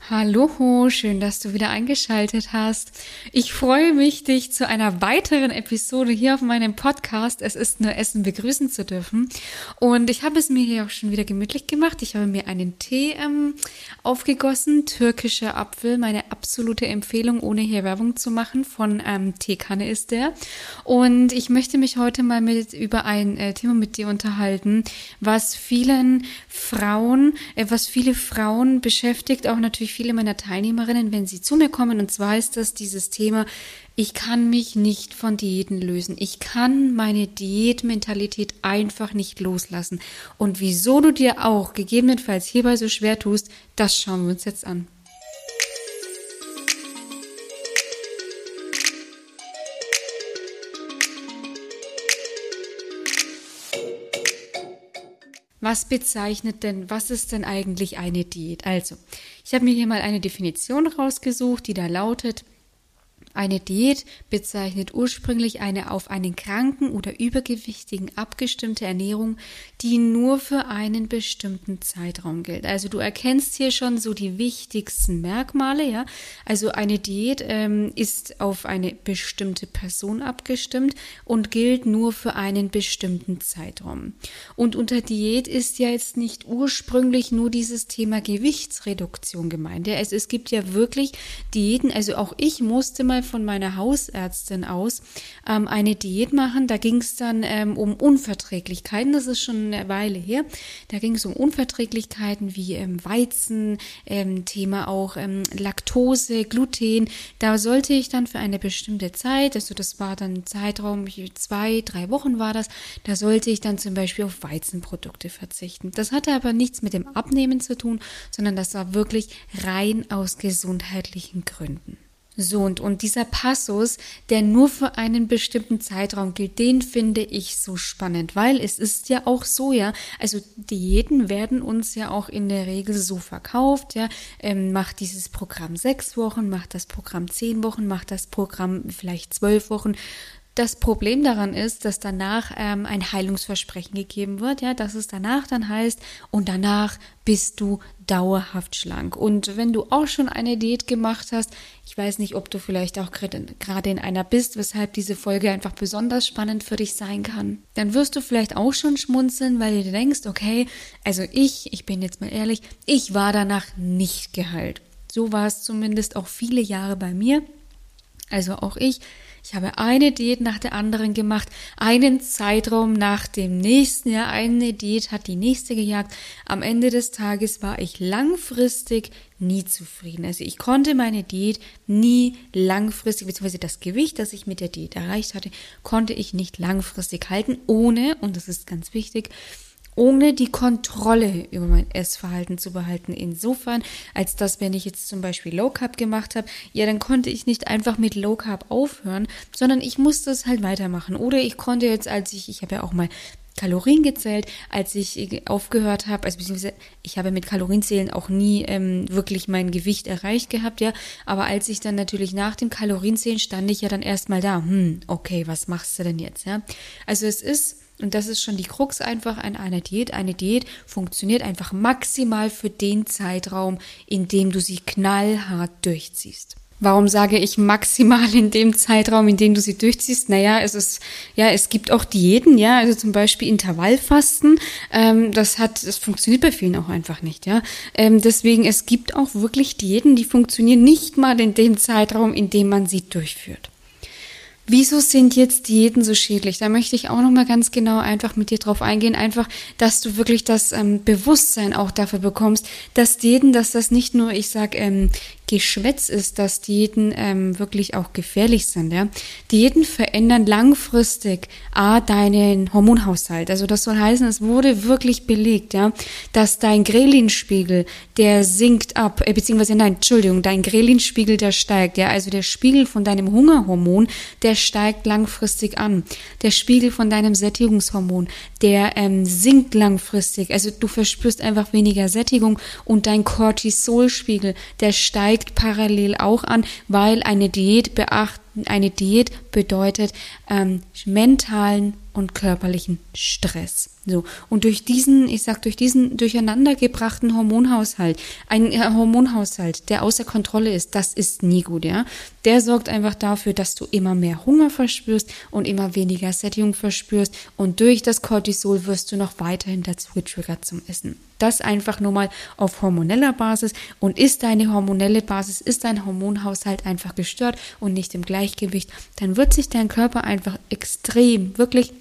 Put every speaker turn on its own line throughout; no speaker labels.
Hallo, schön, dass du wieder eingeschaltet hast. Ich freue mich, dich zu einer weiteren Episode hier auf meinem Podcast Es ist nur Essen begrüßen zu dürfen. Und ich habe es mir hier auch schon wieder gemütlich gemacht. Ich habe mir einen Tee aufgegossen, türkischer Apfel, meine absolute Empfehlung, ohne hier Werbung zu machen, von Teekanne ist der. Und ich möchte mich heute mal über ein Thema mit dir unterhalten, was viele Frauen beschäftigt, auch natürlich viele meiner Teilnehmerinnen, wenn sie zu mir kommen, und zwar ist das dieses Thema: Ich kann mich nicht von Diäten lösen. Ich kann meine Diätmentalität einfach nicht loslassen. Und wieso du dir auch gegebenenfalls hierbei so schwer tust, das schauen wir uns jetzt an. Was ist denn eigentlich eine Diät? Also, ich habe mir hier mal eine Definition rausgesucht, die da lautet: Eine Diät bezeichnet ursprünglich eine auf einen Kranken oder Übergewichtigen abgestimmte Ernährung, die nur für einen bestimmten Zeitraum gilt. Also du erkennst hier schon so die wichtigsten Merkmale, ja. Also eine Diät ist auf eine bestimmte Person abgestimmt und gilt nur für einen bestimmten Zeitraum. Und unter Diät ist ja jetzt nicht ursprünglich nur dieses Thema Gewichtsreduktion gemeint. Ja? Also es gibt ja wirklich Diäten, also auch ich musste mal von meiner Hausärztin aus eine Diät machen. Da ging es dann um Unverträglichkeiten. Das ist schon eine Weile her. Da ging es um Unverträglichkeiten wie Weizen, Thema auch Laktose, Gluten. Da sollte ich dann für eine bestimmte Zeit, also das war dann ein Zeitraum, 2-3 Wochen war das, da sollte ich dann zum Beispiel auf Weizenprodukte verzichten. Das hatte aber nichts mit dem Abnehmen zu tun, sondern das war wirklich rein aus gesundheitlichen Gründen. So, und dieser Passus, der nur für einen bestimmten Zeitraum gilt, den finde ich so spannend, weil es ist ja auch so, ja, also Diäten werden uns ja auch in der Regel so verkauft, ja, macht dieses Programm 6 Wochen, macht das Programm 10 Wochen, macht das Programm vielleicht 12 Wochen. Das Problem daran ist, dass danach ein Heilungsversprechen gegeben wird, ja, dass es danach dann heißt, und danach bist du dauerhaft schlank. Und wenn du auch schon eine Diät gemacht hast, ich weiß nicht, ob du vielleicht auch gerade in einer bist, weshalb diese Folge einfach besonders spannend für dich sein kann, dann wirst du vielleicht auch schon schmunzeln, weil du dir denkst, okay, also ich bin jetzt mal ehrlich, ich war danach nicht geheilt. So war es zumindest auch viele Jahre bei mir. Also auch ich habe eine Diät nach der anderen gemacht, einen Zeitraum nach dem nächsten, ja, eine Diät hat die nächste gejagt. Am Ende des Tages war ich langfristig nie zufrieden. Also ich konnte meine Diät nie langfristig, beziehungsweise das Gewicht, das ich mit der Diät erreicht hatte, konnte ich nicht langfristig halten, ohne, und das ist ganz wichtig, ohne die Kontrolle über mein Essverhalten zu behalten. Insofern, als dass, wenn ich jetzt zum Beispiel Low Carb gemacht habe, ja, dann konnte ich nicht einfach mit Low Carb aufhören, sondern ich musste es halt weitermachen. Oder ich konnte jetzt, ich habe ja auch mal Kalorien gezählt, als ich aufgehört habe, also beziehungsweise ich habe mit Kalorienzählen auch nie wirklich mein Gewicht erreicht gehabt, ja, aber als ich dann natürlich nach dem Kalorienzählen stand ich ja dann erstmal da, okay, was machst du denn jetzt, ja? Also es ist, und das ist schon die Krux einfach an einer Diät. Eine Diät funktioniert einfach maximal für den Zeitraum, in dem du sie knallhart durchziehst. Warum sage ich maximal in dem Zeitraum, in dem du sie durchziehst? Naja, es gibt auch Diäten, ja, also zum Beispiel Intervallfasten. Das funktioniert bei vielen auch einfach nicht, ja. Deswegen, es gibt auch wirklich Diäten, die funktionieren nicht mal in dem Zeitraum, in dem man sie durchführt. Wieso sind jetzt Diäten so schädlich? Da möchte ich auch nochmal ganz genau einfach mit dir drauf eingehen, einfach, dass du wirklich das Bewusstsein auch dafür bekommst, dass Diäten, dass das nicht nur, Geschwätz ist, dass Diäten wirklich auch gefährlich sind. Ja? Diäten verändern langfristig deinen Hormonhaushalt. Also das soll heißen, es wurde wirklich belegt, ja, dass dein Ghrelin-Spiegel, der sinkt ab, dein Ghrelin-Spiegel, der steigt. Ja? Also der Spiegel von deinem Hungerhormon, der steigt langfristig an. Der Spiegel von deinem Sättigungshormon, der sinkt langfristig. Also du verspürst einfach weniger Sättigung und dein Cortisolspiegel, der steigt parallel auch an, weil eine Diät bedeutet mentalen und körperlichen Stress. So. Und durch diesen durcheinandergebrachten Hormonhaushalt, ein Hormonhaushalt, der außer Kontrolle ist, das ist nie gut, ja. Der sorgt einfach dafür, dass du immer mehr Hunger verspürst und immer weniger Sättigung verspürst und durch das Cortisol wirst du noch weiterhin dazu getriggert zum Essen. Das einfach nur mal auf hormoneller Basis und ist deine hormonelle Basis, ist dein Hormonhaushalt einfach gestört und nicht im Gleichgewicht, dann wird sich dein Körper einfach wirklich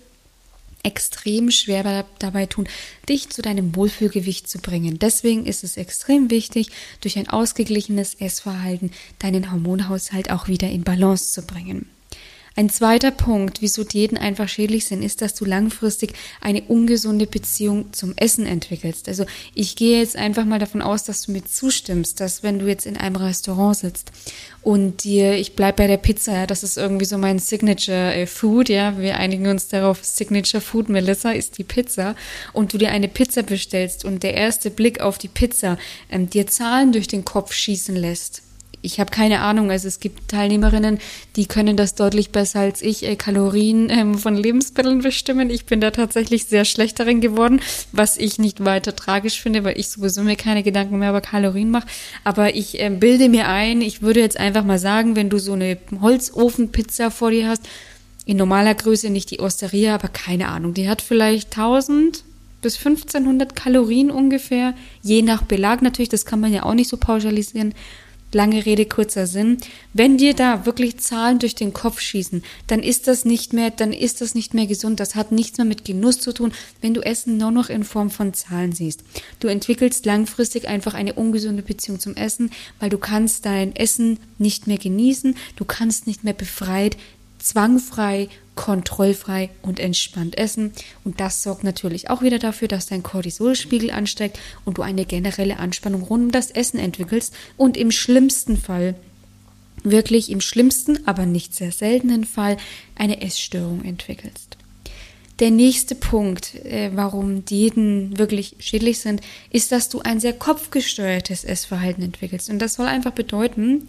extrem schwer dabei tun, dich zu deinem Wohlfühlgewicht zu bringen. Deswegen ist es extrem wichtig, durch ein ausgeglichenes Essverhalten deinen Hormonhaushalt auch wieder in Balance zu bringen. Ein zweiter Punkt, wieso Diäten einfach schädlich sind, ist, dass du langfristig eine ungesunde Beziehung zum Essen entwickelst. Also ich gehe jetzt einfach mal davon aus, dass du mir zustimmst, dass wenn du jetzt in einem Restaurant sitzt und ich bleibe bei der Pizza, ja, das ist irgendwie so mein Signature Food, ja, wir einigen uns darauf, Signature Food, Melissa, ist die Pizza und du dir eine Pizza bestellst und der erste Blick auf die Pizza dir Zahlen durch den Kopf schießen lässt. Ich habe keine Ahnung, also es gibt Teilnehmerinnen, die können das deutlich besser als ich, Kalorien von Lebensmitteln bestimmen. Ich bin da tatsächlich sehr schlecht darin geworden, was ich nicht weiter tragisch finde, weil ich sowieso mir keine Gedanken mehr über Kalorien mache. Aber ich bilde mir ein, ich würde jetzt einfach mal sagen, wenn du so eine Holzofenpizza vor dir hast, in normaler Größe, nicht die Osteria, aber keine Ahnung, die hat vielleicht 1000 bis 1500 Kalorien ungefähr, je nach Belag natürlich, das kann man ja auch nicht so pauschalisieren. Lange Rede, kurzer Sinn. Wenn dir da wirklich Zahlen durch den Kopf schießen, dann ist das nicht mehr gesund. Das hat nichts mehr mit Genuss zu tun, wenn du Essen nur noch in Form von Zahlen siehst. Du entwickelst langfristig einfach eine ungesunde Beziehung zum Essen, weil du kannst dein Essen nicht mehr genießen, du kannst nicht mehr befreit, zwangfrei, kontrollfrei und entspannt essen. Und das sorgt natürlich auch wieder dafür, dass dein Cortisolspiegel ansteigt und du eine generelle Anspannung rund um das Essen entwickelst und im schlimmsten Fall, wirklich im schlimmsten, aber nicht sehr seltenen Fall, eine Essstörung entwickelst. Der nächste Punkt, warum Diäten wirklich schädlich sind, ist, dass du ein sehr kopfgesteuertes Essverhalten entwickelst. Und das soll einfach bedeuten,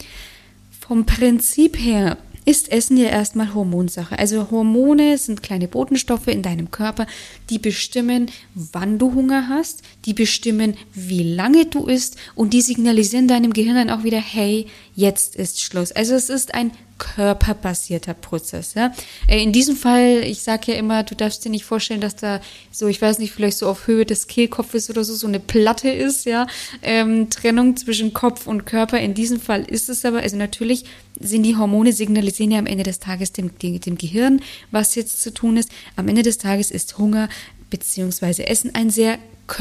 vom Prinzip her ist Essen ja erstmal Hormonsache. Also Hormone sind kleine Botenstoffe in deinem Körper, die bestimmen, wann du Hunger hast, die bestimmen, wie lange du isst und die signalisieren deinem Gehirn dann auch wieder, hey, jetzt ist Schluss. Also es ist ein körperbasierter Prozess. Ja? In diesem Fall, ich sage ja immer, du darfst dir nicht vorstellen, dass da so, ich weiß nicht, vielleicht so auf Höhe des Kehlkopfes oder so eine Platte ist, ja, Trennung zwischen Kopf und Körper. In diesem Fall ist es aber, also natürlich sind die Hormone, signalisieren ja am Ende des Tages dem Gehirn, was jetzt zu tun ist. Am Ende des Tages ist Hunger bzw. Essen ein sehr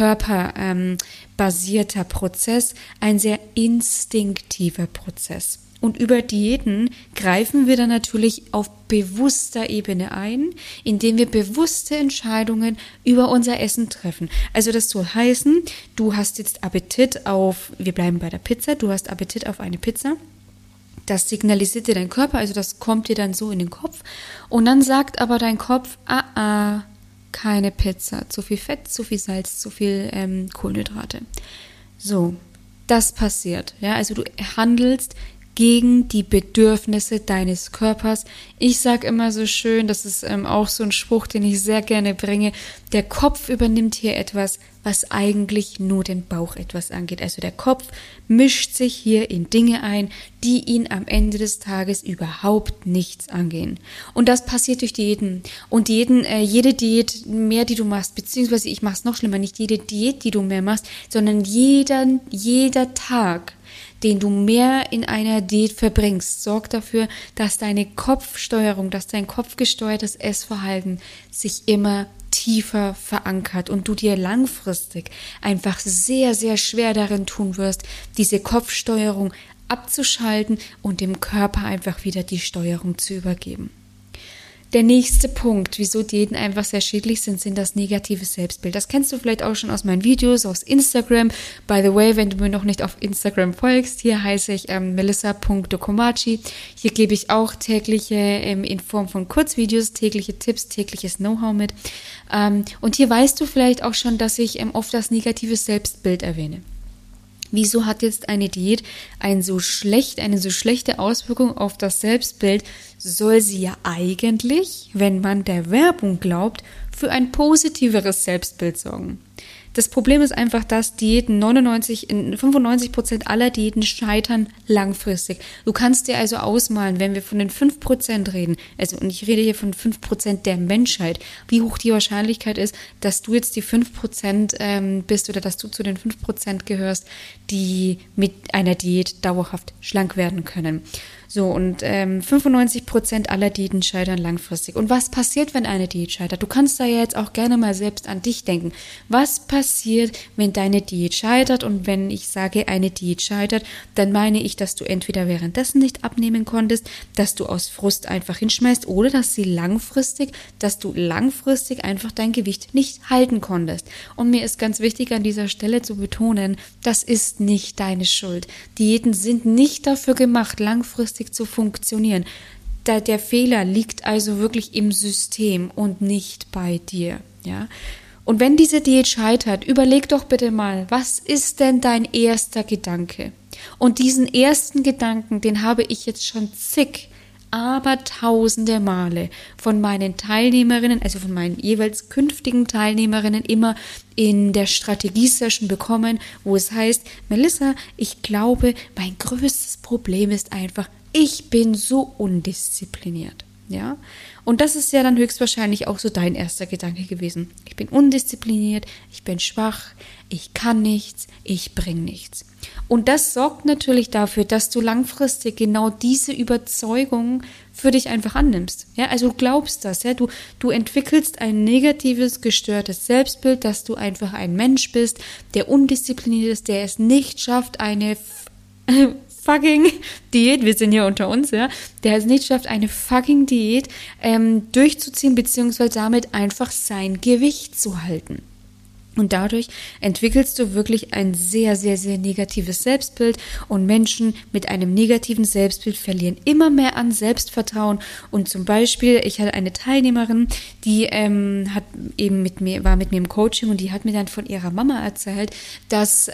körperbasierter Prozess, ein sehr instinktiver Prozess. Und über Diäten greifen wir dann natürlich auf bewusster Ebene ein, indem wir bewusste Entscheidungen über unser Essen treffen. Also das soll heißen, du hast jetzt Appetit auf, wir bleiben bei der Pizza, du hast Appetit auf eine Pizza. Das signalisiert dir dein Körper, also das kommt dir dann so in den Kopf. Und dann sagt aber dein Kopf, keine Pizza, zu viel Fett, zu viel Salz, zu viel Kohlenhydrate. So, das passiert. Ja, also du handelst gegen die Bedürfnisse deines Körpers. Ich sage immer so schön, das ist auch so ein Spruch, den ich sehr gerne bringe, der Kopf übernimmt hier etwas, was eigentlich nur den Bauch etwas angeht. Also der Kopf mischt sich hier in Dinge ein, die ihn am Ende des Tages überhaupt nichts angehen. Und das passiert durch Diäten. Und jede Diät mehr, die du machst, beziehungsweise ich mache es noch schlimmer, nicht jede Diät, die du mehr machst, sondern jeder Tag, den du mehr in einer Diät verbringst, sorgt dafür, dass deine Kopfsteuerung, dass dein kopfgesteuertes Essverhalten sich immer tiefer verankert und du dir langfristig einfach sehr, sehr schwer darin tun wirst, diese Kopfsteuerung abzuschalten und dem Körper einfach wieder die Steuerung zu übergeben. Der nächste Punkt, wieso Diäten einfach sehr schädlich sind das negative Selbstbild. Das kennst du vielleicht auch schon aus meinen Videos, aus Instagram. By the way, wenn du mir noch nicht auf Instagram folgst, hier heiße ich melissa.dokomachi. Hier gebe ich auch tägliche, in Form von Kurzvideos, tägliche Tipps, tägliches Know-how mit. Und hier weißt du vielleicht auch schon, dass ich oft das negative Selbstbild erwähne. Wieso hat jetzt eine Diät eine so schlechte Auswirkung auf das Selbstbild? Soll sie ja eigentlich, wenn man der Werbung glaubt, für ein positiveres Selbstbild sorgen. Das Problem ist einfach, dass 95% aller Diäten scheitern langfristig. Du kannst dir also ausmalen, wenn wir von den 5% reden, und ich rede hier von 5% der Menschheit, wie hoch die Wahrscheinlichkeit ist, dass du jetzt die 5% bist oder dass du zu den 5% gehörst, die mit einer Diät dauerhaft schlank werden können. So, und 95% aller Diäten scheitern langfristig. Und was passiert, wenn eine Diät scheitert? Du kannst da ja jetzt auch gerne mal selbst an dich denken. Was passiert, wenn deine Diät scheitert? Und wenn ich sage, eine Diät scheitert, dann meine ich, dass du entweder währenddessen nicht abnehmen konntest, dass du aus Frust einfach hinschmeißt oder dass du langfristig einfach dein Gewicht nicht halten konntest. Und mir ist ganz wichtig an dieser Stelle zu betonen, das ist nicht deine Schuld. Diäten sind nicht dafür gemacht, langfristig zu funktionieren. Der Fehler liegt also wirklich im System und nicht bei dir, ja. Und wenn diese Diät scheitert, überleg doch bitte mal, was ist denn dein erster Gedanke? Und diesen ersten Gedanken, den habe ich jetzt schon tausende Male von meinen Teilnehmerinnen, also von meinen jeweils künftigen Teilnehmerinnen immer in der Strategie-Session bekommen, wo es heißt, Melissa, ich glaube, mein größtes Problem ist einfach, ich bin so undiszipliniert, ja. Und das ist ja dann höchstwahrscheinlich auch so dein erster Gedanke gewesen. Ich bin undiszipliniert, ich bin schwach, ich kann nichts, ich bringe nichts. Und das sorgt natürlich dafür, dass du langfristig genau diese Überzeugung für dich einfach annimmst. Ja, also du glaubst das, ja, du entwickelst ein negatives, gestörtes Selbstbild, dass du einfach ein Mensch bist, der undiszipliniert ist, der es nicht schafft, eine fucking Diät, wir sind ja unter uns, ja, der es nicht schafft, eine fucking Diät durchzuziehen, beziehungsweise damit einfach sein Gewicht zu halten. Und dadurch entwickelst du wirklich ein sehr, sehr, sehr negatives Selbstbild und Menschen mit einem negativen Selbstbild verlieren immer mehr an Selbstvertrauen. Und zum Beispiel, ich hatte eine Teilnehmerin, die war mit mir im Coaching und die hat mir dann von ihrer Mama erzählt, dass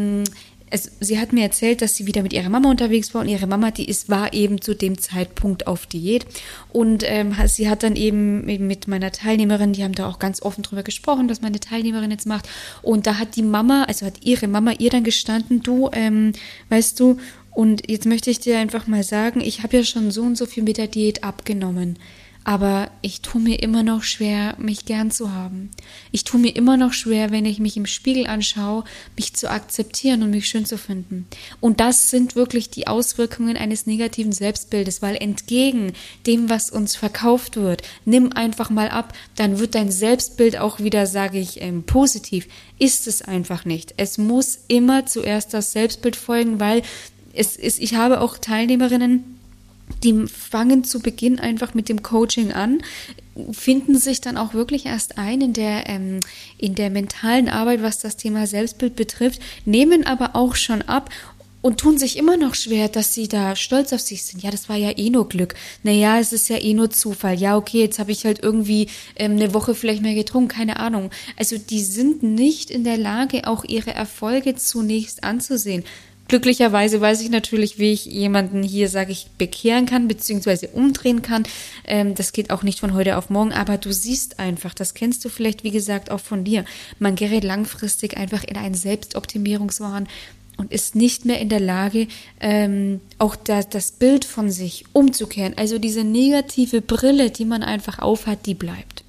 sie hat mir erzählt, dass sie wieder mit ihrer Mama unterwegs war und ihre Mama, war eben zu dem Zeitpunkt auf Diät und sie hat dann eben mit meiner Teilnehmerin, die haben da auch ganz offen drüber gesprochen, was meine Teilnehmerin jetzt macht und da hat ihre Mama ihr dann gestanden, du, weißt du, und jetzt möchte ich dir einfach mal sagen, ich habe ja schon so und so viel mit der Diät abgenommen. Aber ich tue mir immer noch schwer, mich gern zu haben. Ich tue mir immer noch schwer, wenn ich mich im Spiegel anschaue, mich zu akzeptieren und mich schön zu finden. Und das sind wirklich die Auswirkungen eines negativen Selbstbildes, weil entgegen dem, was uns verkauft wird, nimm einfach mal ab, dann wird dein Selbstbild auch wieder, sage ich, positiv. Ist es einfach nicht. Es muss immer zuerst das Selbstbild folgen, weil ich habe auch Teilnehmerinnen, die fangen zu Beginn einfach mit dem Coaching an, finden sich dann auch wirklich erst ein in der mentalen Arbeit, was das Thema Selbstbild betrifft, nehmen aber auch schon ab und tun sich immer noch schwer, dass sie da stolz auf sich sind. Ja, das war ja eh nur Glück. Naja, es ist ja eh nur Zufall. Ja, okay, jetzt habe ich halt irgendwie eine Woche vielleicht mehr getrunken, keine Ahnung. Also die sind nicht in der Lage, auch ihre Erfolge zunächst anzusehen. Glücklicherweise weiß ich natürlich, wie ich jemanden hier, sage ich, bekehren kann, beziehungsweise umdrehen kann. Das geht auch nicht von heute auf morgen, aber du siehst einfach, das kennst du vielleicht, wie gesagt, auch von dir. Man gerät langfristig einfach in einen Selbstoptimierungswahn und ist nicht mehr in der Lage, auch das Bild von sich umzukehren. Also diese negative Brille, die man einfach aufhat, die bleibt.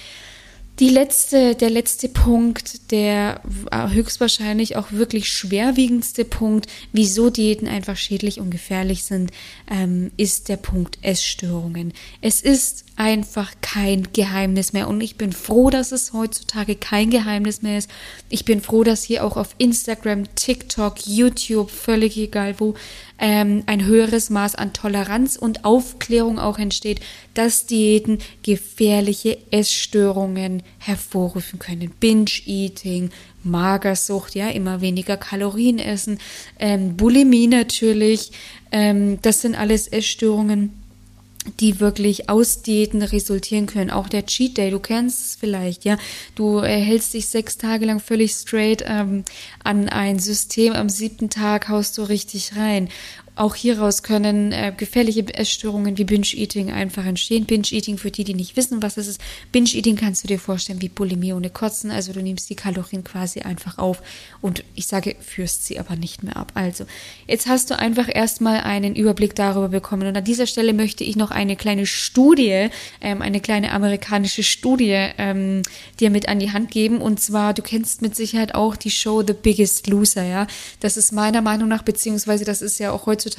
Der letzte Punkt, der höchstwahrscheinlich auch wirklich schwerwiegendste Punkt, wieso Diäten einfach schädlich und gefährlich sind, ist der Punkt Essstörungen. Es ist einfach kein Geheimnis mehr und ich bin froh, dass es heutzutage kein Geheimnis mehr ist. Ich bin froh, dass hier auch auf Instagram, TikTok, YouTube, völlig egal wo, ein höheres Maß an Toleranz und Aufklärung auch entsteht, dass Diäten gefährliche Essstörungen hervorrufen können. Binge-Eating, Magersucht, ja, immer weniger Kalorien essen, Bulimie natürlich, das sind alles Essstörungen, die wirklich aus Diäten resultieren können. Auch der Cheat Day, du kennst es vielleicht, ja. Du hältst dich 6 Tage lang völlig straight an ein System, am 7. Tag haust du richtig rein. Auch hieraus können gefährliche Essstörungen wie Binge-Eating einfach entstehen. Binge-Eating, für die nicht wissen, was es ist. Binge-Eating kannst du dir vorstellen wie Bulimie ohne Kotzen. Also du nimmst die Kalorien quasi einfach auf und ich sage, führst sie aber nicht mehr ab. Also jetzt hast du einfach erstmal einen Überblick darüber bekommen. Und an dieser Stelle möchte ich noch eine kleine Studie, eine kleine amerikanische Studie dir mit an die Hand geben. Und zwar, du kennst mit Sicherheit auch die Show The Biggest Loser, ja. Das ist meiner Meinung nach, beziehungsweise das ist ja auch heutzutage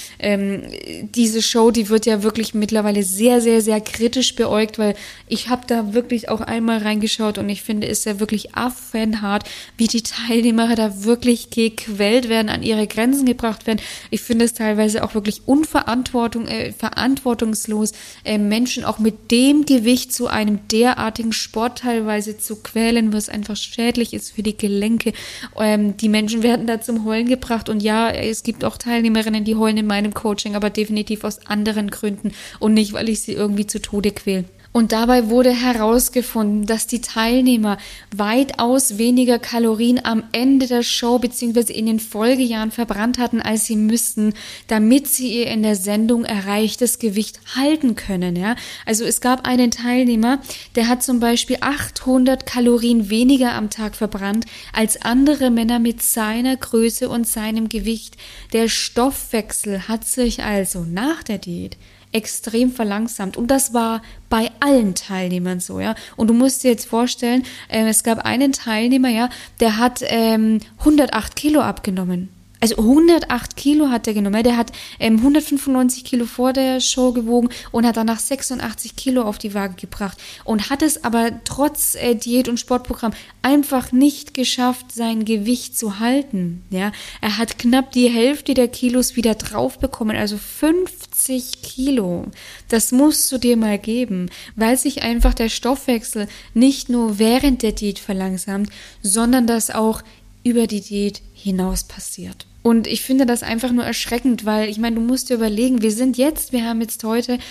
diese Show, die wird ja wirklich mittlerweile sehr, sehr, sehr kritisch beäugt, weil ich habe da wirklich auch einmal reingeschaut und ich finde, es ist ja wirklich affenhart, wie die Teilnehmer da wirklich gequält werden, an ihre Grenzen gebracht werden. Ich finde es teilweise auch wirklich verantwortungslos, Menschen auch mit dem Gewicht zu einem derartigen Sport teilweise zu quälen, was einfach schädlich ist für die Gelenke. Die Menschen werden da zum Heulen gebracht und ja, es gibt auch Teilnehmerinnen, die heulen in meinem Coaching, aber definitiv aus anderen Gründen und nicht, weil ich sie irgendwie zu Tode quäle. Und dabei wurde herausgefunden, dass die Teilnehmer weitaus weniger Kalorien am Ende der Show bzw. in den Folgejahren verbrannt hatten, als sie müssten, damit sie ihr in der Sendung erreichtes Gewicht halten können. Ja? Also es gab einen Teilnehmer, der hat zum Beispiel 800 Kalorien weniger am Tag verbrannt als andere Männer mit seiner Größe und seinem Gewicht. Der Stoffwechsel hat sich also nach der Diät extrem verlangsamt und das war bei allen Teilnehmern so, ja. Und du musst dir jetzt vorstellen, es gab einen Teilnehmer, ja, der hat 108 Kilo abgenommen. Also 108 Kilo hat er genommen. Der hat 195 Kilo vor der Show gewogen und hat danach 86 Kilo auf die Waage gebracht und hat es aber trotz Diät- und Sportprogramm einfach nicht geschafft, sein Gewicht zu halten. Ja, er hat knapp die Hälfte der Kilos wieder drauf bekommen, also 50 Kilo. Das musst du dir mal geben, weil sich einfach der Stoffwechsel nicht nur während der Diät verlangsamt, sondern das auch über die Diät hinaus passiert. Und ich finde das einfach nur erschreckend, weil ich meine, du musst dir überlegen, wir haben jetzt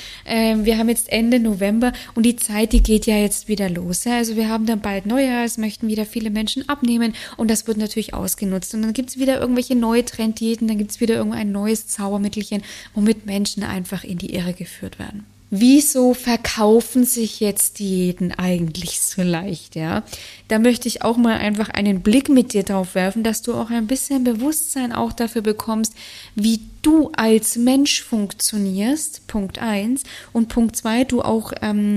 Ende November und die Zeit, die geht ja jetzt wieder los. Ja? Also wir haben dann bald Neujahr, es möchten wieder viele Menschen abnehmen und das wird natürlich ausgenutzt. Und dann gibt es wieder irgendwelche neue Trenddiäten, dann gibt es wieder irgendein neues Zaubermittelchen, womit Menschen einfach in die Irre geführt werden. Wieso verkaufen sich jetzt Diäten eigentlich so leicht, ja? Da möchte ich auch mal einfach einen Blick mit dir drauf werfen, dass du auch ein bisschen Bewusstsein auch dafür bekommst, wie du als Mensch funktionierst, Punkt 1. Und Punkt 2, du auch, ein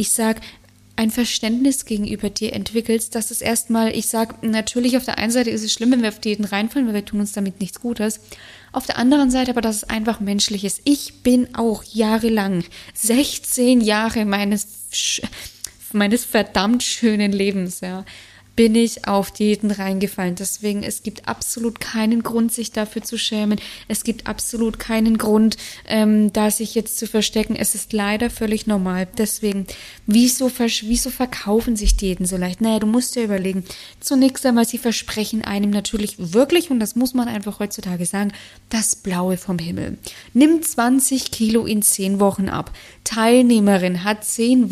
Verständnis gegenüber dir entwickelst, dass es erstmal, natürlich auf der einen Seite ist es schlimm, wenn wir auf Diäten reinfallen, weil wir tun uns damit nichts Gutes. Auf der anderen Seite aber, dass es einfach menschlich ist. Ich bin auch jahrelang, 16 Jahre meines verdammt schönen Lebens, ja, bin ich auf Diäten reingefallen. Deswegen, es gibt absolut keinen Grund, sich dafür zu schämen. Es gibt absolut keinen Grund, da sich jetzt zu verstecken. Es ist leider völlig normal. Deswegen, wieso verkaufen sich Diäten so leicht? Naja, du musst dir überlegen. Zunächst einmal, sie versprechen einem natürlich wirklich, und das muss man einfach heutzutage sagen, das Blaue vom Himmel. Nimm 20 Kilo in 10 Wochen ab. Teilnehmerin hat 10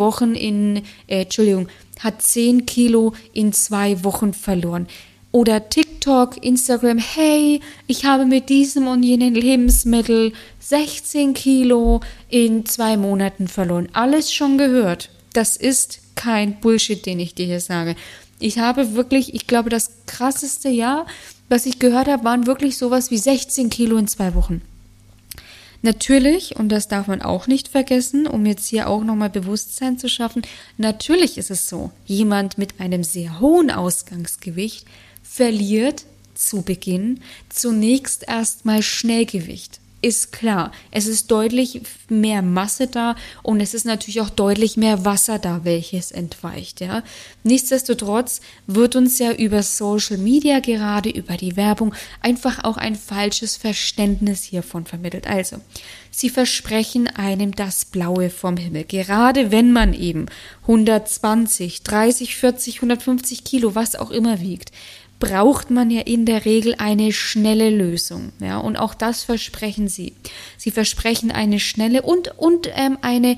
Kilo in 2 Wochen verloren. Oder TikTok, Instagram, hey, ich habe mit diesem und jenem Lebensmittel 16 Kilo in 2 Monaten verloren. Alles schon gehört. Das ist kein Bullshit, den ich dir hier sage. Ich glaube, das krasseste Jahr, was ich gehört habe, waren wirklich sowas wie 16 Kilo in 2 Wochen. Natürlich, und das darf man auch nicht vergessen, um jetzt hier auch nochmal Bewusstsein zu schaffen, natürlich ist es so, jemand mit einem sehr hohen Ausgangsgewicht verliert zu Beginn zunächst erstmal Schnellgewicht. Ist klar, es ist deutlich mehr Masse da und es ist natürlich auch deutlich mehr Wasser da, welches entweicht. Ja. Nichtsdestotrotz wird uns ja über Social Media, gerade über die Werbung, einfach auch ein falsches Verständnis hiervon vermittelt. Also, sie versprechen einem das Blaue vom Himmel, gerade wenn man eben 120, 30, 40, 150 Kilo, was auch immer wiegt. braucht man ja in der Regel eine schnelle Lösung. Ja, und auch das versprechen sie. Sie versprechen eine schnelle und eine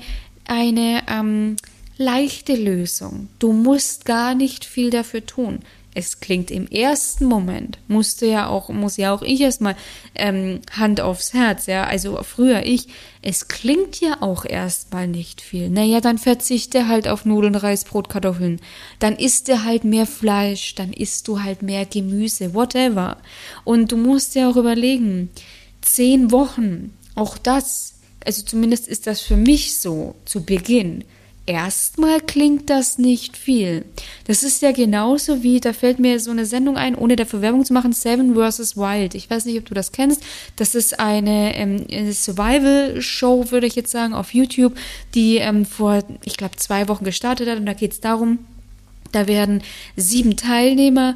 leichte Lösung. Du musst gar nicht viel dafür tun. Es klingt im ersten Moment, muss ja auch ich erstmal Hand aufs Herz, ja, also früher es klingt ja auch erstmal nicht viel. Naja, dann verzichte halt auf Nudeln, Reis, Brot, Kartoffeln. Dann isst du halt mehr Fleisch, dann isst du halt mehr Gemüse, whatever. Und du musst ja auch überlegen, 10 Wochen, auch das, also zumindest ist das für mich so zu Beginn. Erstmal klingt das nicht viel. Das ist ja genauso wie, da fällt mir so eine Sendung ein, ohne dafür Werbung zu machen, Seven vs. Wild. Ich weiß nicht, ob du das kennst. Das ist eine Survival-Show, würde ich jetzt sagen, auf YouTube, die vor, ich glaube, 2 Wochen gestartet hat. Und da geht es darum, da werden 7 Teilnehmer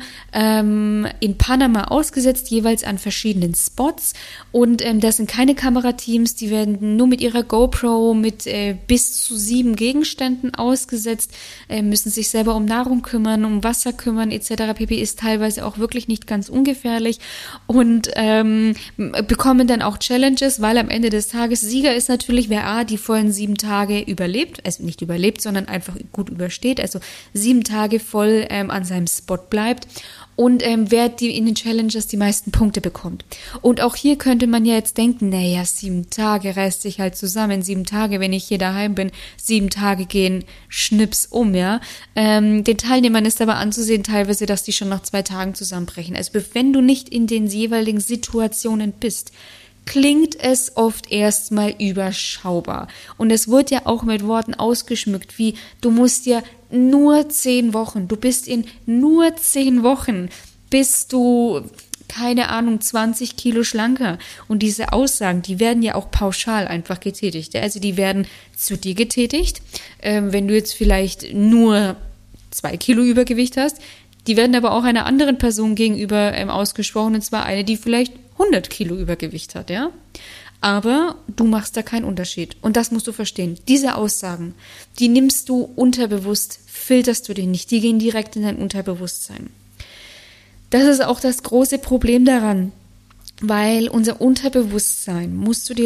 in Panama ausgesetzt, jeweils an verschiedenen Spots. Und das sind keine Kamerateams, die werden nur mit ihrer GoPro mit bis zu 7 Gegenständen ausgesetzt, müssen sich selber um Nahrung kümmern, um Wasser kümmern etc. pp. Ist teilweise auch wirklich nicht ganz ungefährlich und bekommen dann auch Challenges, weil am Ende des Tages Sieger ist natürlich, wer die vollen 7 Tage überlebt, also nicht überlebt, sondern einfach gut übersteht, also 7 Tage voll an seinem Spot bleibt und wer in den Challenges die meisten Punkte bekommt. Und auch hier könnte man ja jetzt denken, naja, 7 Tage reißt sich halt zusammen, 7 Tage, wenn ich hier daheim bin, 7 Tage gehen schnips um, ja. Den Teilnehmern ist aber anzusehen teilweise, dass die schon nach 2 Tagen zusammenbrechen. Also wenn du nicht in den jeweiligen Situationen bist, klingt es oft erstmal überschaubar. Und es wird ja auch mit Worten ausgeschmückt, wie du musst ja nur 10 Wochen, du bist in nur 10 Wochen, bist du, keine Ahnung, 20 Kilo schlanker. Und diese Aussagen, die werden ja auch pauschal einfach getätigt. Also die werden zu dir getätigt, wenn du jetzt vielleicht nur 2 Kilo Übergewicht hast, die werden aber auch einer anderen Person gegenüber ausgesprochen, und zwar eine, die vielleicht 100 Kilo Übergewicht hat, ja. Aber du machst da keinen Unterschied. Und das musst du verstehen. Diese Aussagen, die nimmst du unterbewusst, filterst du die nicht. Die gehen direkt in dein Unterbewusstsein. Das ist auch das große Problem daran, weil unser Unterbewusstsein, musst du dir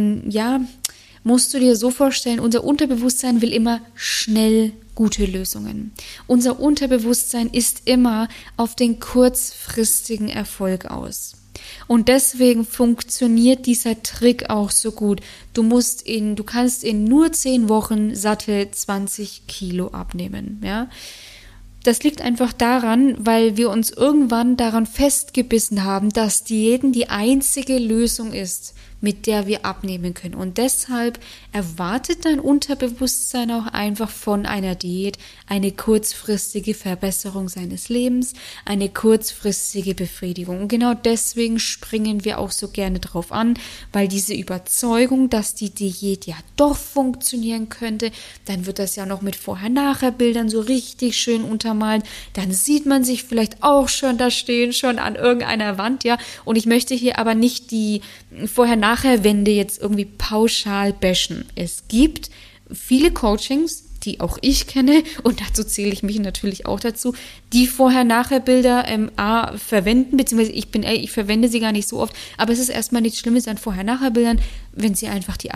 so vorstellen, unser Unterbewusstsein will immer schnell gute Lösungen. Unser Unterbewusstsein ist immer auf den kurzfristigen Erfolg aus. Und deswegen funktioniert dieser Trick auch so gut. Du kannst in nur 10 Wochen satte 20 Kilo abnehmen, ja. Das liegt einfach daran, weil wir uns irgendwann daran festgebissen haben, dass Diäten die einzige Lösung ist, mit der wir abnehmen können. Und deshalb erwartet dein Unterbewusstsein auch einfach von einer Diät eine kurzfristige Verbesserung seines Lebens, eine kurzfristige Befriedigung. Und genau deswegen springen wir auch so gerne drauf an, weil diese Überzeugung, dass die Diät ja doch funktionieren könnte, dann wird das ja noch mit Vorher-Nachher-Bildern so richtig schön untermalt. Dann sieht man sich vielleicht auch schon da stehen, schon an irgendeiner Wand, ja. Und ich möchte hier aber nicht die Vorher-Nachher-Wände jetzt irgendwie pauschal bashen. Es gibt viele Coachings, die auch ich kenne, und dazu zähle ich mich natürlich auch dazu, die Vorher-Nachher-Bilder verwenden, beziehungsweise ich verwende sie gar nicht so oft, aber es ist erstmal nichts Schlimmes an Vorher-Nachher-Bildern, wenn sie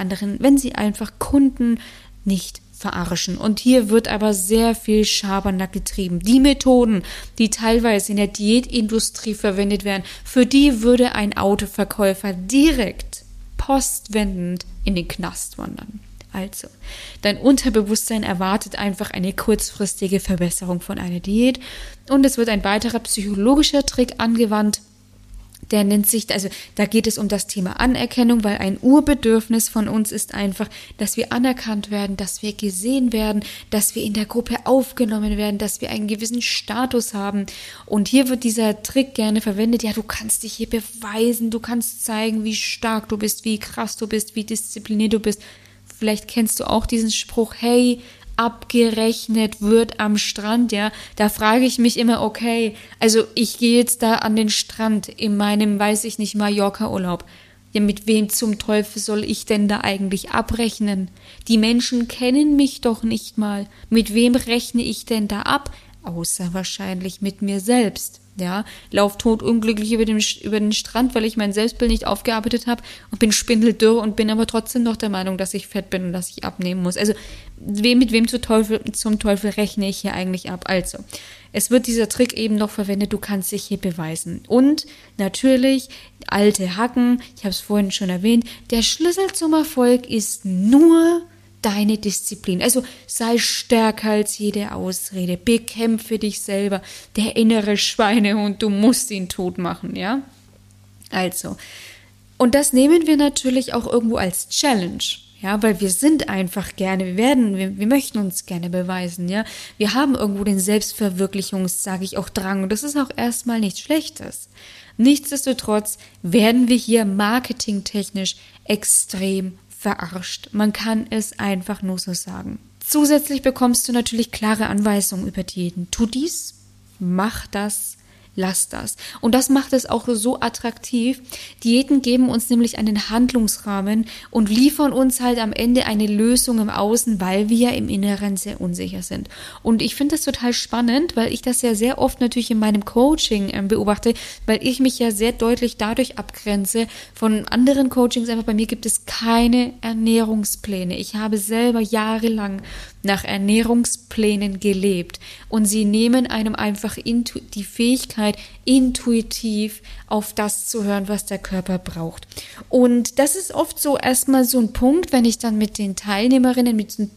einfach Kunden nicht verarschen. Und hier wird aber sehr viel Schabernack getrieben. Die Methoden, die teilweise in der Diätindustrie verwendet werden, für die würde ein Autoverkäufer direkt postwendend in den Knast wandern. Also, dein Unterbewusstsein erwartet einfach eine kurzfristige Verbesserung von einer Diät, und es wird ein weiterer psychologischer Trick angewandt, der nennt sich, also da geht es um das Thema Anerkennung, weil ein Urbedürfnis von uns ist einfach, dass wir anerkannt werden, dass wir gesehen werden, dass wir in der Gruppe aufgenommen werden, dass wir einen gewissen Status haben. Und hier wird dieser Trick gerne verwendet. Ja, du kannst dich hier beweisen, du kannst zeigen, wie stark du bist, wie krass du bist, wie diszipliniert du bist. Vielleicht kennst du auch diesen Spruch, hey, abgerechnet wird am Strand, ja, da frage ich mich immer, okay, also ich gehe jetzt da an den Strand in meinem, weiß ich nicht, Mallorca-Urlaub. Ja, mit wem zum Teufel soll ich denn da eigentlich abrechnen? Die Menschen kennen mich doch nicht mal. Mit wem rechne ich denn da ab? außer wahrscheinlich mit mir selbst. Ja, lauf totunglücklich über den Strand, weil ich mein Selbstbild nicht aufgearbeitet habe und bin spindeldürr und bin aber trotzdem noch der Meinung, dass ich fett bin und dass ich abnehmen muss. Also mit wem zum Teufel rechne ich hier eigentlich ab? Also, es wird dieser Trick eben noch verwendet, du kannst dich hier beweisen. Und natürlich, alte Hacken, ich habe es vorhin schon erwähnt, der Schlüssel zum Erfolg ist nur deine Disziplin. Also sei stärker als jede Ausrede. Bekämpfe dich selber. Der innere Schweinehund, du musst ihn tot machen, ja? Also, und das nehmen wir natürlich auch irgendwo als Challenge. Ja, weil wir sind einfach gerne, wir möchten uns gerne beweisen, ja. Wir haben irgendwo den sage ich auch, Drang. Und das ist auch erstmal nichts Schlechtes. Nichtsdestotrotz werden wir hier marketingtechnisch extrem verarscht. Man kann es einfach nur so sagen. Zusätzlich bekommst du natürlich klare Anweisungen über Diäten. Tu dies, mach das, lass das. Und das macht es auch so attraktiv. Diäten geben uns nämlich einen Handlungsrahmen und liefern uns halt am Ende eine Lösung im Außen, weil wir ja im Inneren sehr unsicher sind. Und ich finde das total spannend, weil ich das ja sehr oft natürlich in meinem Coaching beobachte, weil ich mich ja sehr deutlich dadurch abgrenze von anderen Coachings. Einfach bei mir gibt es keine Ernährungspläne. Ich habe selber jahrelang nach Ernährungsplänen gelebt und sie nehmen einem einfach die Fähigkeit, intuitiv auf das zu hören, was der Körper braucht. Und das ist oft so erstmal so ein Punkt, wenn ich dann mit den Teilnehmerinnen,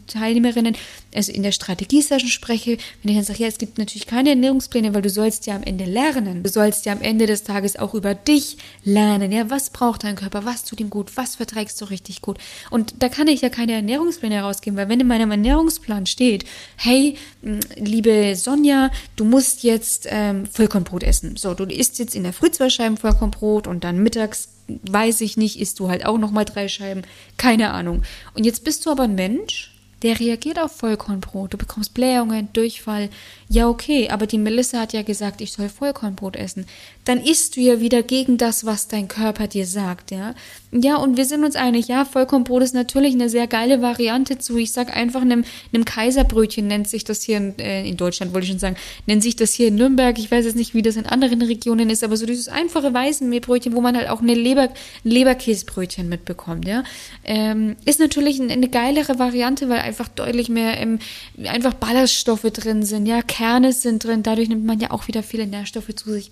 also in der Strategie-Session spreche, wenn ich dann sage, ja, es gibt natürlich keine Ernährungspläne, weil du sollst ja am Ende lernen. Du sollst ja am Ende des Tages auch über dich lernen. Ja, was braucht dein Körper? Was tut ihm gut? Was verträgst du richtig gut? Und da kann ich ja keine Ernährungspläne herausgeben, weil wenn in meinem Ernährungsplan steht, hey, liebe Sonja, du musst jetzt Vollkornbrot essen. So, du isst jetzt in der Früh 2 Scheiben Vollkornbrot und dann mittags, weiß ich nicht, isst du halt auch nochmal 3 Scheiben. Keine Ahnung. Und jetzt bist du aber ein Mensch, der reagiert auf Vollkornbrot. Du bekommst Blähungen, Durchfall. Ja, okay, aber die Melissa hat ja gesagt, ich soll Vollkornbrot essen. Dann isst du ja wieder gegen das, was dein Körper dir sagt, ja. Ja, und wir sind uns einig, ja, Vollkornbrot ist natürlich eine sehr geile Variante zu, ich sag einfach einem Kaiserbrötchen nennt sich das hier in Deutschland, wollte ich schon sagen, nennt sich das hier in Nürnberg. Ich weiß jetzt nicht, wie das in anderen Regionen ist, aber so dieses einfache Weißmehlbrötchen, wo man halt auch ein Leberkäsebrötchen mitbekommt, ja. Ist natürlich eine geilere Variante, weil einfach deutlich mehr einfach Ballaststoffe drin sind, ja, Kerne sind drin, dadurch nimmt man ja auch wieder viele Nährstoffe zu sich.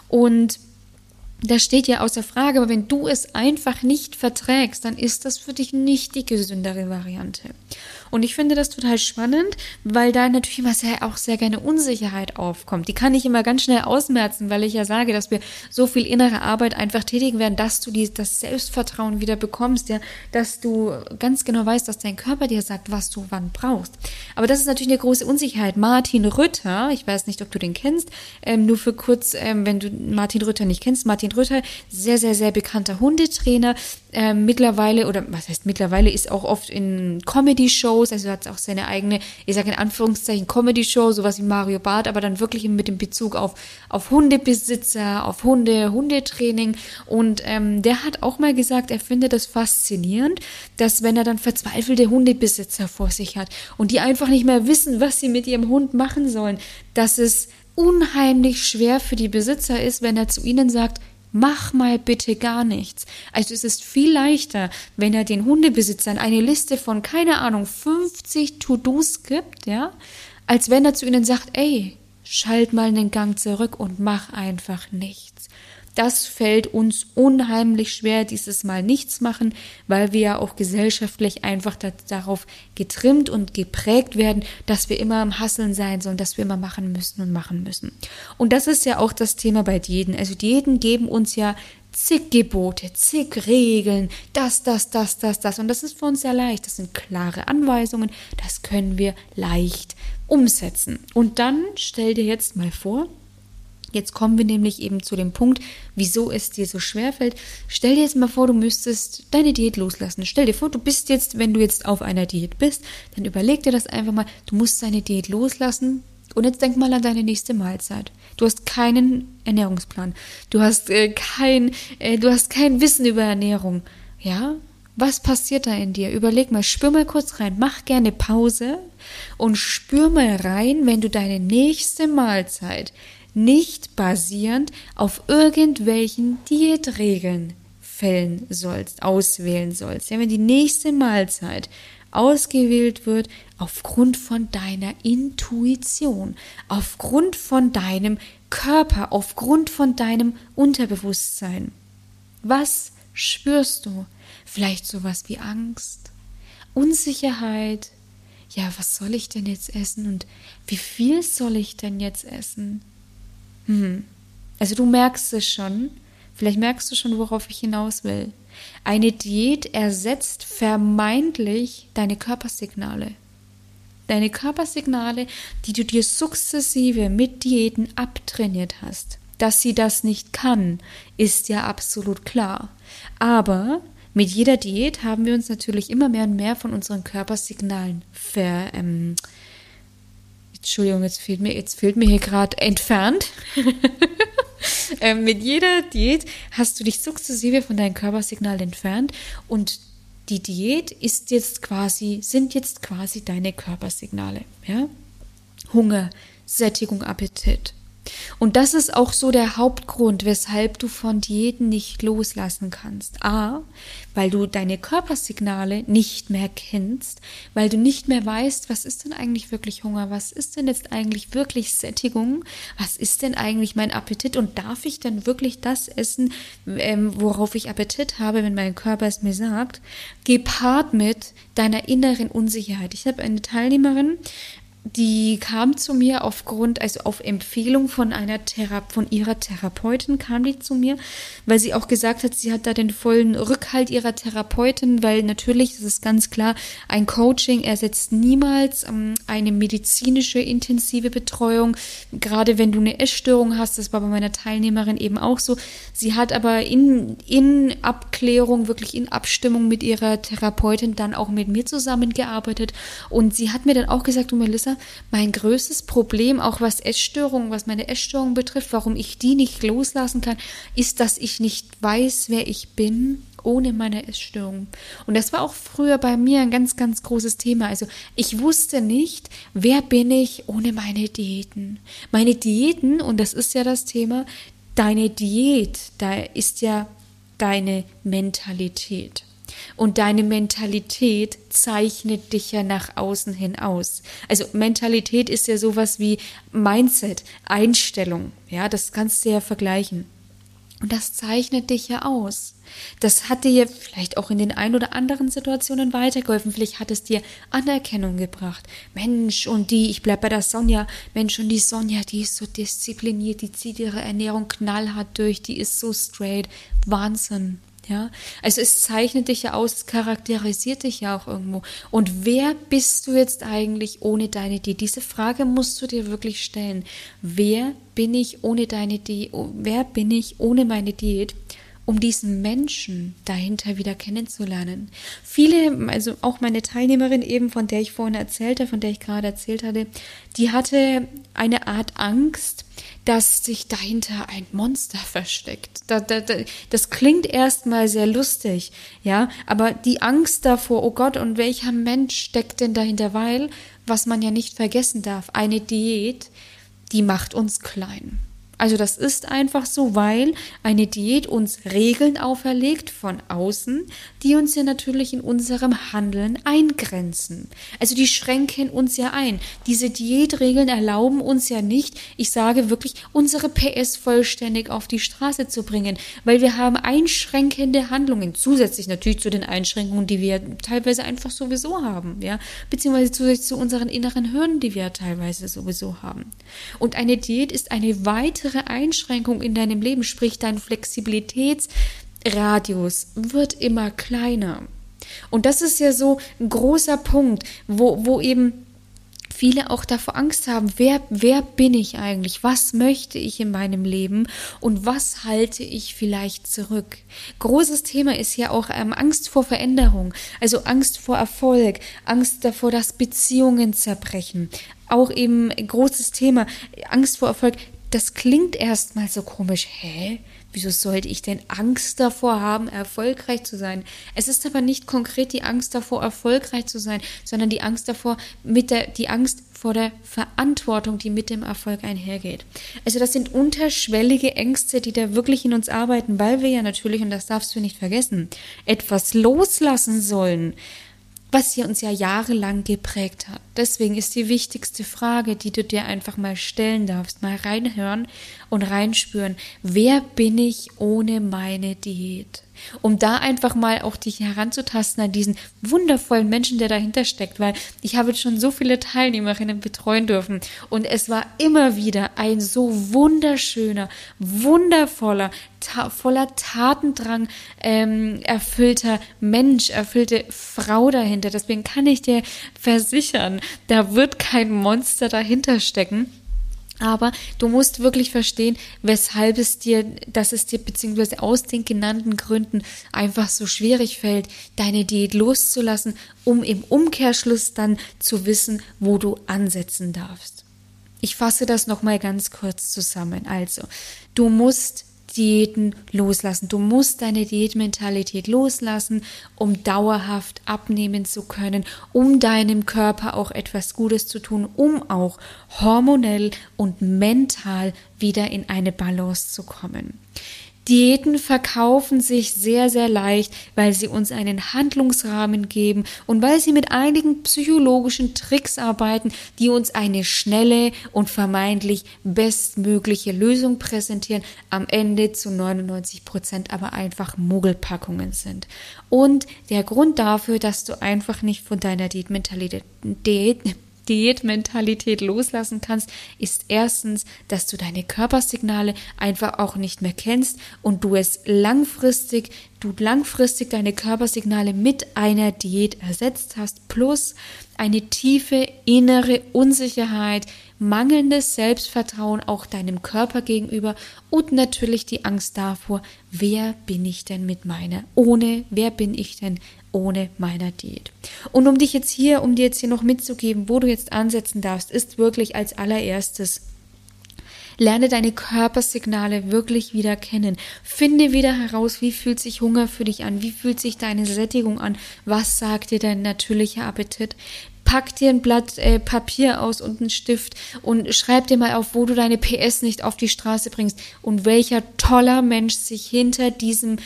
Und das steht ja außer Frage, aber wenn du es einfach nicht verträgst, dann ist das für dich nicht die gesündere Variante. Und ich finde das total spannend, weil da natürlich immer auch sehr gerne Unsicherheit aufkommt. Die kann ich immer ganz schnell ausmerzen, weil ich ja sage, dass wir so viel innere Arbeit einfach tätigen werden, dass du das Selbstvertrauen wieder bekommst, ja, dass du ganz genau weißt, dass dein Körper dir sagt, was du wann brauchst. Aber das ist natürlich eine große Unsicherheit. Martin Rütter, ich weiß nicht, ob du den kennst, nur für kurz, wenn du Martin Rütter nicht kennst, Martin Rütter, sehr, sehr, sehr bekannter Hundetrainer, mittlerweile, oder was heißt mittlerweile, ist auch oft in Comedy-Shows, also hat auch seine eigene, ich sage in Anführungszeichen Comedy-Show, sowas wie Mario Barth, aber dann wirklich mit dem Bezug auf Hundebesitzer, auf Hundetraining. Und der hat auch mal gesagt, er findet das faszinierend, dass wenn er dann verzweifelte Hundebesitzer vor sich hat und die einfach nicht mehr wissen, was sie mit ihrem Hund machen sollen, dass es unheimlich schwer für die Besitzer ist, wenn er zu ihnen sagt, mach mal bitte gar nichts. Also es ist viel leichter, wenn er den Hundebesitzern eine Liste von, keine Ahnung, 50 To-Dos gibt, ja, als wenn er zu ihnen sagt, ey, schalt mal einen Gang zurück und mach einfach nichts. Das fällt uns unheimlich schwer, dieses Mal nichts machen, weil wir ja auch gesellschaftlich einfach darauf getrimmt und geprägt werden, dass wir immer am Hasseln sein sollen, dass wir immer machen müssen und machen müssen. Und das ist ja auch das Thema bei Diäten. Also Diäten geben uns ja zig Gebote, zig Regeln, das. Und das ist für uns sehr leicht. Das sind klare Anweisungen, das können wir leicht umsetzen. Und dann stell dir jetzt mal vor, jetzt kommen wir nämlich eben zu dem Punkt, wieso es dir so schwer fällt. Stell dir jetzt mal vor, du müsstest deine Diät loslassen. Stell dir vor, wenn du jetzt auf einer Diät bist, dann überleg dir das einfach mal, du musst deine Diät loslassen und jetzt denk mal an deine nächste Mahlzeit. Du hast keinen Ernährungsplan. Du hast kein Wissen über Ernährung. Ja? Was passiert da in dir? Überleg mal, spür mal kurz rein, mach gerne Pause und spür mal rein, wenn du deine nächste Mahlzeit nicht basierend auf irgendwelchen Diätregeln auswählen sollst. Ja, wenn die nächste Mahlzeit ausgewählt wird aufgrund von deiner Intuition, aufgrund von deinem Körper, aufgrund von deinem Unterbewusstsein. Was spürst du? Vielleicht sowas wie Angst, Unsicherheit. Ja, was soll ich denn jetzt essen und wie viel soll ich denn jetzt essen? Also du merkst es schon, vielleicht merkst du schon, worauf ich hinaus will. Eine Diät ersetzt vermeintlich deine Körpersignale. Deine Körpersignale, die du dir sukzessive mit Diäten abtrainiert hast. Dass sie das nicht kann, ist ja absolut klar. Aber mit jeder Diät haben wir uns natürlich immer mehr und mehr von unseren Körpersignalen Entschuldigung, jetzt fehlt mir hier gerade entfernt. Mit jeder Diät hast du dich sukzessive von deinem Körpersignal entfernt und die Diät sind jetzt quasi deine Körpersignale. Ja? Hunger, Sättigung, Appetit. Und das ist auch so der Hauptgrund, weshalb du von Diäten nicht loslassen kannst. A, weil du deine Körpersignale nicht mehr kennst, weil du nicht mehr weißt, was ist denn eigentlich wirklich Hunger, was ist denn jetzt eigentlich wirklich Sättigung, was ist denn eigentlich mein Appetit und darf ich denn wirklich das essen, worauf ich Appetit habe, wenn mein Körper es mir sagt, gepaart mit deiner inneren Unsicherheit. Ich habe eine Teilnehmerin, die kam zu mir auf Empfehlung von ihrer Therapeutin kam die zu mir, weil sie auch gesagt hat, sie hat da den vollen Rückhalt ihrer Therapeutin, weil natürlich, das ist ganz klar, ein Coaching ersetzt niemals eine medizinische intensive Betreuung, gerade wenn du eine Essstörung hast, das war bei meiner Teilnehmerin eben auch so. Sie hat aber in Abklärung, wirklich in Abstimmung mit ihrer Therapeutin dann auch mit mir zusammengearbeitet und sie hat mir dann auch gesagt, du Melissa, mein größtes Problem, auch was meine Essstörung betrifft, warum ich die nicht loslassen kann, ist, dass ich nicht weiß, wer ich bin ohne meine Essstörung. Und das war auch früher bei mir ein ganz, ganz großes Thema. Also ich wusste nicht, wer bin ich ohne meine Diäten. Meine Diäten, und das ist ja das Thema, deine Diät, da ist ja deine Mentalität. Und deine Mentalität zeichnet dich ja nach außen hin aus. Also Mentalität ist ja sowas wie Mindset, Einstellung. Ja, das kannst du ja vergleichen. Und das zeichnet dich ja aus. Das hat dir vielleicht auch in den ein oder anderen Situationen weitergeholfen. Vielleicht hat es dir Anerkennung gebracht. Mensch, ich bleib bei der Sonja. Mensch, und die Sonja, die ist so diszipliniert, die zieht ihre Ernährung knallhart durch, die ist so straight. Wahnsinn. Ja, also es zeichnet dich ja aus, es charakterisiert dich ja auch irgendwo. Und wer bist du jetzt eigentlich ohne deine Diät? Diese Frage musst du dir wirklich stellen. Wer bin ich ohne deine Diät? Wer bin ich ohne meine Diät? Um diesen Menschen dahinter wieder kennenzulernen. Viele, also auch meine Teilnehmerin eben, von der ich gerade erzählt hatte, die hatte eine Art Angst, dass sich dahinter ein Monster versteckt. Das klingt erstmal sehr lustig, ja, aber die Angst davor, oh Gott, und welcher Mensch steckt denn dahinter? Weil, was man ja nicht vergessen darf, eine Diät, die macht uns klein. Also das ist einfach so, weil eine Diät uns Regeln auferlegt von außen, die uns ja natürlich in unserem Handeln eingrenzen. Also die schränken uns ja ein. Diese Diätregeln erlauben uns ja nicht, ich sage wirklich, unsere PS vollständig auf die Straße zu bringen, weil wir haben einschränkende Handlungen, zusätzlich natürlich zu den Einschränkungen, die wir teilweise einfach sowieso haben, ja, beziehungsweise zusätzlich zu unseren inneren Hürden, die wir teilweise sowieso haben. Und eine Diät ist eine weitere Einschränkung in deinem Leben, sprich dein Flexibilitätsradius wird immer kleiner. Und das ist ja so ein großer Punkt, wo eben viele auch davor Angst haben, wer bin ich eigentlich? Was möchte ich in meinem Leben? Und was halte ich vielleicht zurück? Großes Thema ist ja auch Angst vor Veränderung, also Angst vor Erfolg, Angst davor, dass Beziehungen zerbrechen. Auch eben ein großes Thema, Angst vor Erfolg. Das klingt erstmal so komisch. wieso sollte ich denn Angst davor haben, erfolgreich zu sein? Es ist aber nicht konkret die Angst davor, erfolgreich zu sein, sondern die Angst davor, die Angst vor der Verantwortung, die mit dem Erfolg einhergeht. Also das sind unterschwellige Ängste, die da wirklich in uns arbeiten, weil wir ja natürlich, und das darfst du nicht vergessen, etwas loslassen sollen, was hier uns ja jahrelang geprägt hat. Deswegen ist die wichtigste Frage, die du dir einfach mal stellen darfst, mal reinhören und reinspüren, wer bin ich ohne meine Diät? Um da einfach mal auch dich heranzutasten an diesen wundervollen Menschen, der dahinter steckt, weil ich habe jetzt schon so viele Teilnehmerinnen betreuen dürfen und es war immer wieder ein so wunderschöner, wundervoller, voller Tatendrang erfüllter Mensch, erfüllte Frau dahinter. Deswegen kann ich dir versichern, da wird kein Monster dahinter stecken. Aber du musst wirklich verstehen, dass es dir beziehungsweise aus den genannten Gründen einfach so schwierig fällt, deine Diät loszulassen, um im Umkehrschluss dann zu wissen, wo du ansetzen darfst. Ich fasse das nochmal ganz kurz zusammen. Also, du musst Diäten loslassen. Du musst deine Diätmentalität loslassen, um dauerhaft abnehmen zu können, um deinem Körper auch etwas Gutes zu tun, um auch hormonell und mental wieder in eine Balance zu kommen. Diäten verkaufen sich sehr, sehr leicht, weil sie uns einen Handlungsrahmen geben und weil sie mit einigen psychologischen Tricks arbeiten, die uns eine schnelle und vermeintlich bestmögliche Lösung präsentieren, am Ende zu 99% aber einfach Mogelpackungen sind. Und der Grund dafür, dass du einfach nicht von deiner Diätmentalität loslassen kannst, ist erstens, dass du deine Körpersignale einfach auch nicht mehr kennst und du langfristig deine Körpersignale mit einer Diät ersetzt hast, plus eine tiefe innere Unsicherheit, mangelndes Selbstvertrauen auch deinem Körper gegenüber und natürlich die Angst davor, wer bin ich denn ohne meiner Diät. Und um dir jetzt hier noch mitzugeben, wo du jetzt ansetzen darfst, ist wirklich als allererstes: Lerne deine Körpersignale wirklich wieder kennen. Finde wieder heraus, wie fühlt sich Hunger für dich an, wie fühlt sich deine Sättigung an, was sagt dir dein natürlicher Appetit. Pack dir ein Blatt Papier aus und einen Stift und schreib dir mal auf, wo du deine PS nicht auf die Straße bringst und welcher toller Mensch sich hinter diesem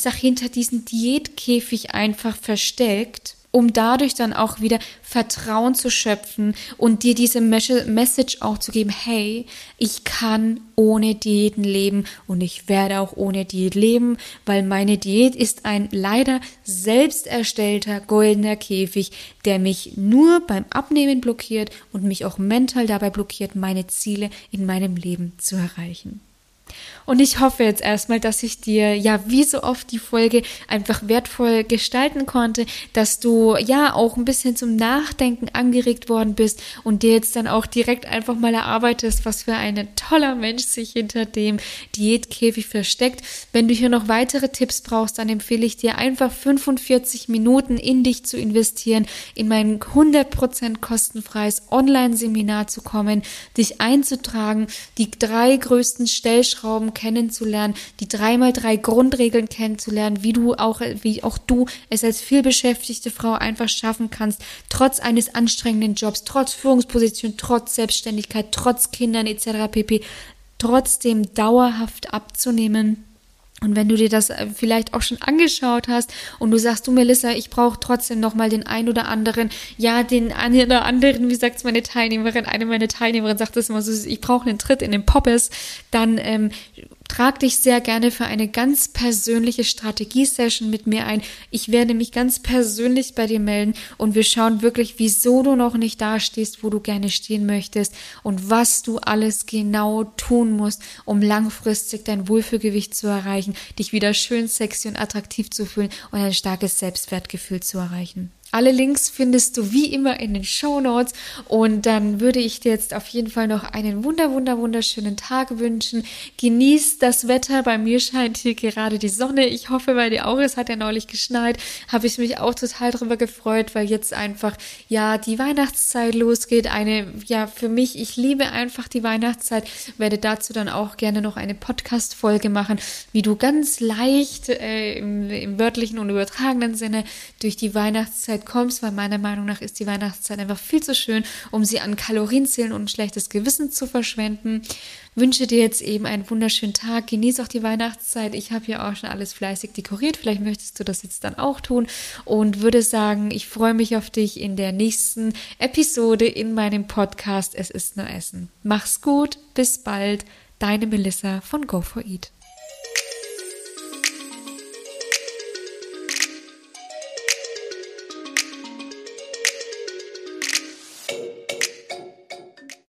Diätkäfig einfach versteckt, um dadurch dann auch wieder Vertrauen zu schöpfen und dir diese Message auch zu geben: Hey, ich kann ohne Diäten leben und ich werde auch ohne Diät leben, weil meine Diät ist ein leider selbst erstellter goldener Käfig, der mich nur beim Abnehmen blockiert und mich auch mental dabei blockiert, meine Ziele in meinem Leben zu erreichen. Und ich hoffe jetzt erstmal, dass ich dir wie so oft die Folge einfach wertvoll gestalten konnte, dass du auch ein bisschen zum Nachdenken angeregt worden bist und dir jetzt dann auch direkt einfach mal erarbeitest, was für ein toller Mensch sich hinter dem Diätkäfig versteckt. Wenn du hier noch weitere Tipps brauchst, dann empfehle ich dir einfach 45 Minuten in dich zu investieren, in mein 100% kostenfreies Online-Seminar zu kommen, dich einzutragen, die 3 größten Stellschrauben kennenzulernen, die 3x3 Grundregeln kennenzulernen, wie auch du es als vielbeschäftigte Frau einfach schaffen kannst, trotz eines anstrengenden Jobs, trotz Führungsposition, trotz Selbstständigkeit, trotz Kindern etc. pp. Trotzdem dauerhaft abzunehmen. Und wenn du dir das vielleicht auch schon angeschaut hast und du sagst, du Melissa, ich brauche trotzdem nochmal den einen oder anderen, wie sagt es meine Teilnehmerin, eine meiner Teilnehmerinnen sagt das immer so, ich brauche einen Tritt in den Poppes, dann trag dich sehr gerne für eine ganz persönliche Strategie-Session mit mir ein. Ich werde mich ganz persönlich bei dir melden und wir schauen wirklich, wieso du noch nicht da stehst, wo du gerne stehen möchtest und was du alles genau tun musst, um langfristig dein Wohlfühlgewicht zu erreichen, dich wieder schön, sexy und attraktiv zu fühlen und ein starkes Selbstwertgefühl zu erreichen. Alle Links findest du wie immer in den Shownotes und dann würde ich dir jetzt auf jeden Fall noch einen wunderschönen Tag wünschen. Genieß das Wetter. Bei mir scheint hier gerade die Sonne. Ich hoffe bei dir auch. Es hat ja neulich geschneit. Habe ich mich auch total drüber gefreut, weil jetzt einfach ja die Weihnachtszeit losgeht. Für mich, ich liebe einfach die Weihnachtszeit. Werde dazu dann auch gerne noch eine Podcast-Folge machen, wie du ganz leicht im wörtlichen und übertragenen Sinne durch die Weihnachtszeit kommst, weil meiner Meinung nach ist die Weihnachtszeit einfach viel zu schön, um sie an Kalorienzählen und ein schlechtes Gewissen zu verschwenden. Wünsche dir jetzt eben einen wunderschönen Tag, genieß auch die Weihnachtszeit. Ich habe ja auch schon alles fleißig dekoriert, vielleicht möchtest du das jetzt dann auch tun und würde sagen, ich freue mich auf dich in der nächsten Episode in meinem Podcast Es ist nur Essen. Mach's gut, bis bald, deine Melissa von Go4Eat.